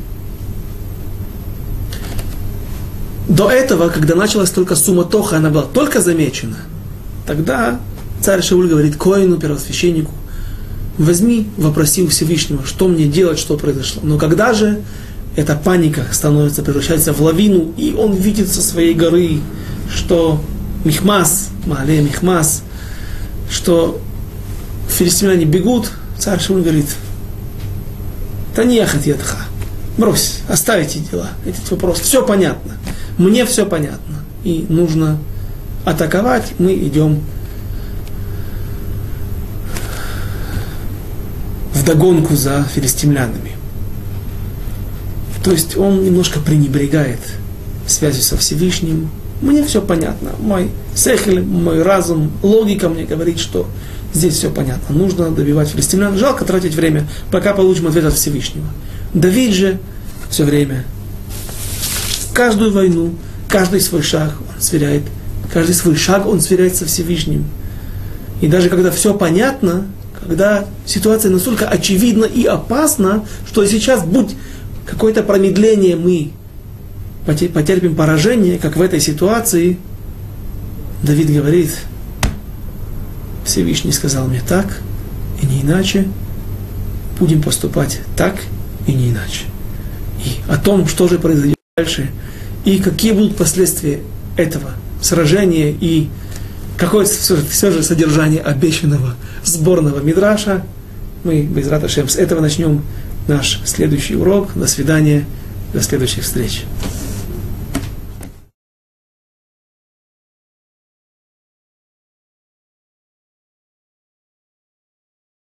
до этого, когда началась только суматоха, она была только замечена, тогда царь Шауль говорит коэну, первосвященнику: возьми, вопроси у Всевышнего, что мне делать, что произошло. Но когда же эта паника превращается в лавину, и он видит со своей горы, что Михмас, Маале Михмас, что филистимляне бегут, царь Шауль говорит: Таниях отъедха, брось, оставь эти дела, этот вопрос, все понятно, мне все понятно, и нужно атаковать, мы идем вдогонку за филистимлянами. То есть он немножко пренебрегает связью со Всевышним, Мне все понятно. Мой сехель, мой разум, логика мне говорит, что здесь все понятно. Нужно добивать филистимлян. Жалко тратить время, пока получим ответ от Всевышнего. Давид же все время, каждую войну, каждый свой шаг он сверяет, каждый свой шаг он сверяет со Всевышним. И даже когда все понятно, когда ситуация настолько очевидна и опасна, что сейчас, будь какое-то промедление, мы потерпим поражение, как в этой ситуации, Давид говорит: Всевышний сказал мне так и не иначе, будем поступать так и не иначе. И о том, что же произойдет дальше, и какие будут последствия этого сражения, и какое все же содержание обещанного сборного мидраша, мы, Безрат Ашем, с этого начнем наш следующий урок. До свидания, до следующих встреч.